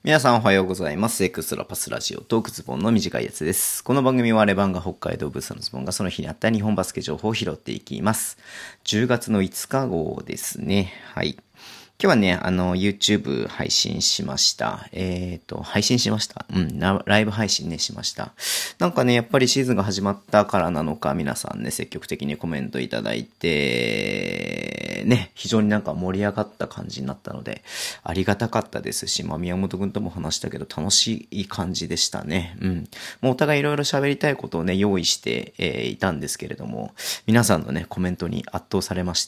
皆さんおはようございます。エクストラパスラジオトークズボンの短いやつです。この番組はレバンが北海道ブースのズボンがその日にあった日本バスケ情報を拾っていきます。10月の5日号ですね。はい。今日はね、YouTube 配信しました。配信しました。ライブ配信ね、しました。なんかね、やっぱりシーズンが始まったからなのか、皆さんね、積極的にコメントいただいて、ね、非常になんか盛り上がった感じになったので、ありがたかったですし、宮本くんとも話したけど、楽しい感じでしたね。もうお互いいろいろ喋りたいことをね、用意して、いたんですけれども、皆さんのね、コメントに圧倒されまして、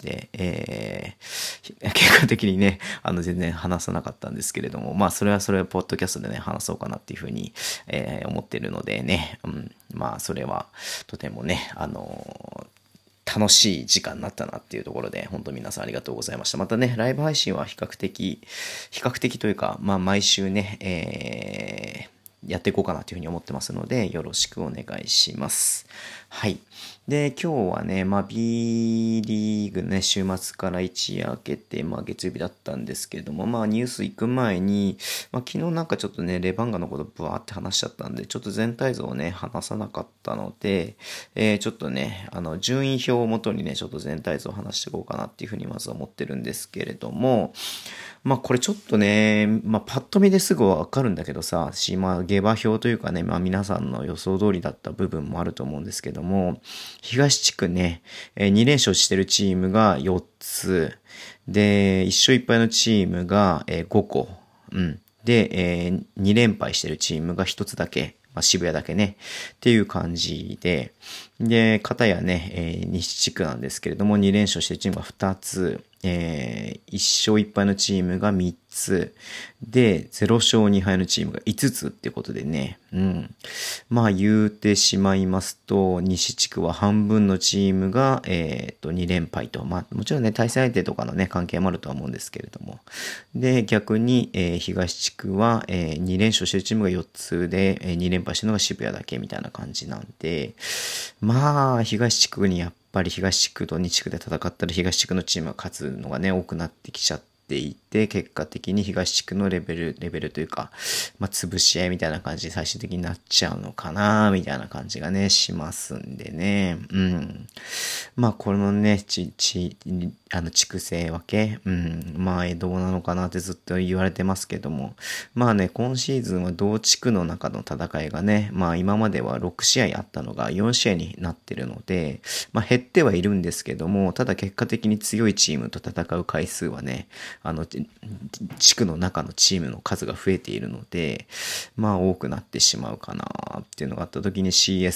結果的にね、全然話さなかったんですけれども、それはポッドキャストでね、話そうかなっていうふうに、思ってるのでね、それは、とてもね、楽しい時間になったなっていうところで、本当皆さんありがとうございました。またね、ライブ配信は比較的というか、毎週ね、やっていこうかなというふうに思ってますので、よろしくお願いします。はい。で、今日はね、B リーグね、週末から一夜明けて、月曜日だったんですけれども、ニュース行く前に、昨日なんかちょっとね、レバンガのことブワーって話しちゃったんで、ちょっと全体像をね、話さなかったので、ちょっとね、順位表をもとにね、ちょっと全体像を話していこうかなっていうふうにまず思ってるんですけれども、これちょっとね、パッと見ですぐわかるんだけどさ、下馬表というかね、皆さんの予想通りだった部分もあると思うんですけども、東地区ね、2連勝してるチームが4つ、で、1勝1敗のチームが5個、で、2連敗してるチームが1つだけ、渋谷だけね、っていう感じで、で、片やね、西地区なんですけれども、2連勝してるチームが2つ、1勝1敗のチームが3つ、で、0勝2敗のチームが5つってことでね、言うてしまいますと、西地区は半分のチームが、2連敗と、もちろんね、対戦相手とかのね、関係もあるとは思うんですけれども、で、逆に、東地区は、2連勝してるチームが4つで、2連敗してるのが渋谷だけみたいな感じなんで、東地区にやっぱり東地区と西地区で戦ったら東地区のチームが勝つのがね、多くなってきちゃっていて、結果的に東地区のレベルというか、潰し合いみたいな感じで最終的になっちゃうのかな、みたいな感じがね、しますんでね。このね、地区制分け、どうなのかなってずっと言われてますけども、今シーズンは同地区の中の戦いがね、今までは6試合あったのが4試合になってるので、減ってはいるんですけども、ただ結果的に強いチームと戦う回数はね、地区の中のチームの数が増えているので、多くなってしまうかなっていうのがあった時に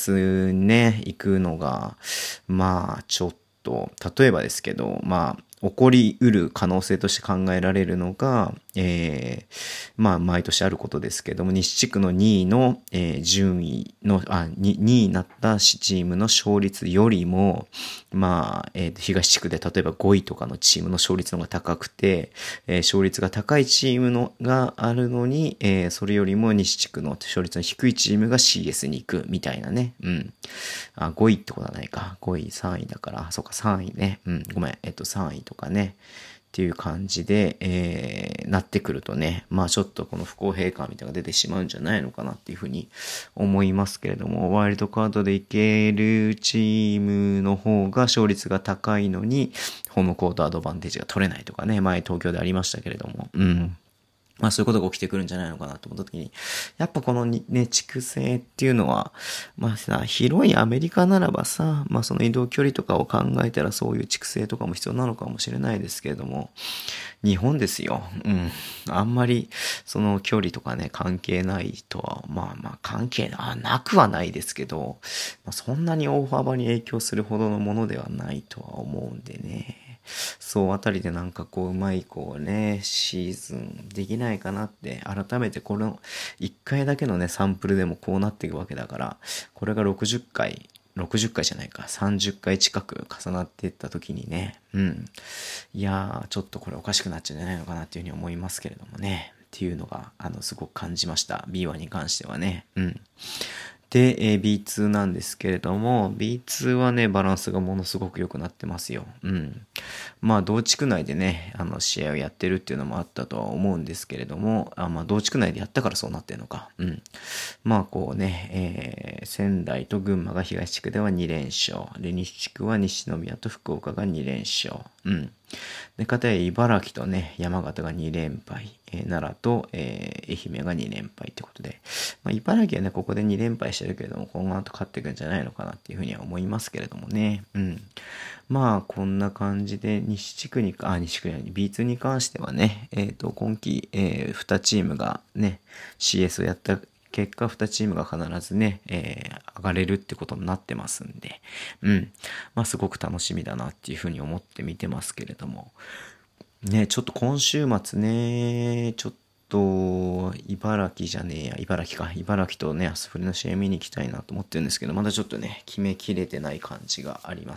CS ね、行くのが、ちょっと、例えばですけど、起こりうる可能性として考えられるのが、毎年あることですけども、西地区の2位の、順位の、2位になったチームの勝率よりも、東地区で例えば5位とかのチームの勝率の方が高くて、勝率が高いチームのがあるのに、それよりも西地区の勝率の低いチームが CS に行くみたいなね。5位ってことはないか。5位、3位だから、そうか、3位ね。ごめん、3位とかね。っていう感じで、なってくるとね、ちょっとこの不公平感みたいなのが出てしまうんじゃないのかなっていうふうに思いますけれども、ワイルドカードでいけるチームの方が勝率が高いのに、ホームコートアドバンテージが取れないとかね、前東京でありましたけれども、そういうことが起きてくるんじゃないのかなと思った時に、やっぱこのね、地区性っていうのは、広いアメリカならばさ、その移動距離とかを考えたらそういう地区性とかも必要なのかもしれないですけれども、日本ですよ。あんまり、その距離とかね、関係ないとは、関係なくはないですけど、そんなに大幅に影響するほどのものではないとは思うんでね。そうあたりでなんかうまいシーズンできないかなって、改めてこの1回だけのね、サンプルでもこうなっていくわけだから、これが60回じゃないか、30回近く重なっていった時にね、いやー、ちょっとこれおかしくなっちゃうんじゃないのかなっていうふうに思いますけれどもね、っていうのが、すごく感じました。B1 に関してはね。 で、B2 なんですけれども、B2 はね、バランスがものすごく良くなってますよ。うん。まあ、同地区内でね、試合をやってるっていうのもあったとは思うんですけれども、まあ、同地区内でやったからそうなってるのか。うん。まあ、こうね、仙台と群馬が東地区では2連勝。で、西地区は西宮と福岡が2連勝。うん。で、かたや茨城とね、山形が2連敗、奈良と、愛媛が2連敗ってことで、まあ、茨城はね、ここで2連敗してるけれども、今後後勝っていくんじゃないのかなっていうふうには思いますけれどもね。うん。まあ、こんな感じで、西区に B2 に関してはね、今季、2チームがね、CS をやった結果、2チームが必ずね、上がれるってことになってますんで、うん。まあ、すごく楽しみだなっていうふうに思って見てますけれども。ね、ちょっと今週末ね、ちょっと、茨城じゃねえや、茨城か。茨城とね、アスフレの試合見に行きたいなと思ってるんですけど、まだちょっとね、決めきれてない感じがあります。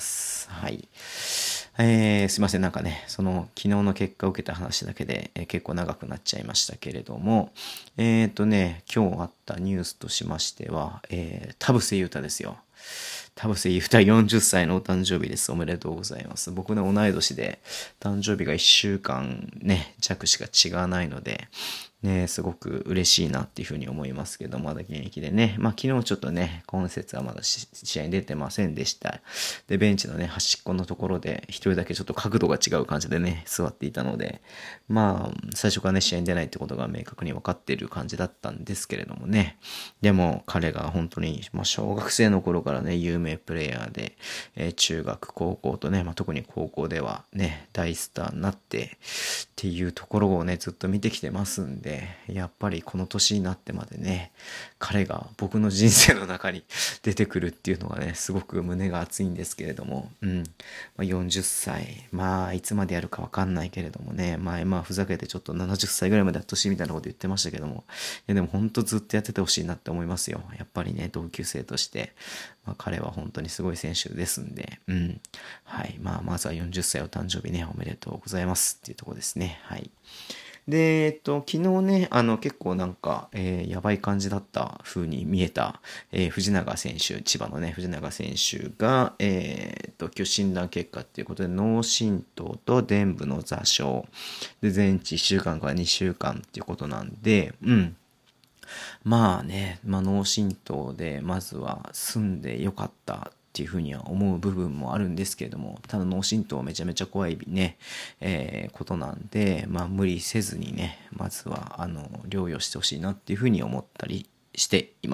はい。すいません、なんかね、昨日の結果を受けた話だけで、結構長くなっちゃいましたけれども、今日あったニュースとしましては、田臥勇太ですよ。田臥勇太40歳のお誕生日です。おめでとうございます。僕ね、同い年で、誕生日が1週間ね、弱しか違わないので、ね、すごく嬉しいなっていうふうに思いますけど、まだ現役でね。まあ昨日ちょっとね、今節はまだ試合に出てませんでした。で、ベンチのね、端っこのところで、一人だけちょっと角度が違う感じでね、座っていたので、まあ、最初からね、試合に出ないってことが明確に分かっている感じだったんですけれどもね。でも、彼が本当に、まあ小学生の頃からね、有名プレイヤーで、中学、高校とね、まあ特に高校ではね、大スターになって、っていうところをね、ずっと見てきてますんで、やっぱりこの年になってまでね、彼が僕の人生の中に出てくるっていうのがね、すごく胸が熱いんですけれども、うん。まあ、40歳。まあ、いつまでやるかわかんないけれどもね、前、まあ、ふざけてちょっと70歳ぐらいまでやってほしいみたいなこと言ってましたけども、いや、でも本当ずっとやっててほしいなって思いますよ。やっぱりね、同級生として、まあ、彼は本当にすごい選手ですんで、うん。はい。まあ、まずは40歳お誕生日ね、おめでとうございますっていうところですね。はい。で、昨日ね、結構なんか、やばい感じだった風に見えた、藤永選手、千葉のね、藤永選手が、今日診断結果っていうことで、脳震盪と臀部の座礁。で、全治1週間から2週間っていうことなんで、うん。まあね、まあ脳震盪で、まずは済んでよかったっていうふうには思う部分もあるんですけれども、ただ脳震盪はめちゃめちゃ怖いね、ことなんで、まあ無理せずにね、まずは、療養してほしいなっていうふうに思ったりしています。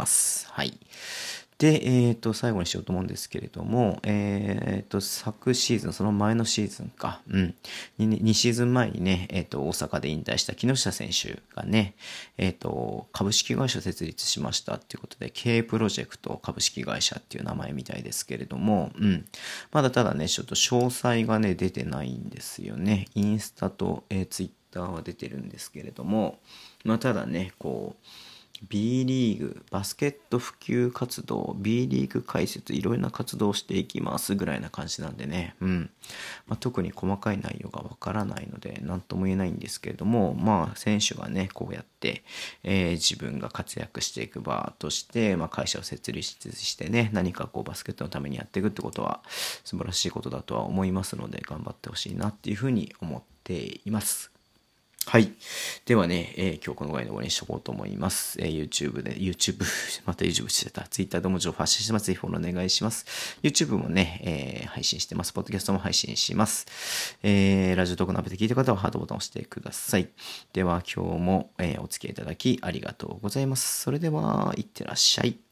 はい。で、最後にしようと思うんですけれども、昨シーズン、その前のシーズンか、うん、2シーズン前にね、大阪で引退した木下選手がね、株式会社設立しましたっていうことで、K プロジェクト株式会社っていう名前みたいですけれども、うん、まだただね、ちょっと詳細がね、出てないんですよね。インスタと、ツイッターは出てるんですけれども、まあ、ただね、こう、B リーグ、バスケット普及活動、B リーグ開設、いろいろな活動をしていきますぐらいな感じなんでね、うん。まあ、特に細かい内容がわからないので、なんとも言えないんですけれども、まあ、選手がね、こうやって、自分が活躍していく場として、まあ、会社を設立してね、何かこう、バスケットのためにやっていくってことは、素晴らしいことだとは思いますので、頑張ってほしいなっていうふうに思っています。はい。ではね、今日このぐらいで終わりにしとこうと思います。YouTube、また YouTube してた。Twitter でも情報発信してます。ぜひフォローお願いします。YouTube もね、配信してます。Podcast も配信します。ラジオトークのアプリで聞いた方はハートボタンを押してください。では今日も、お付き合いいただきありがとうございます。それでは、いってらっしゃい。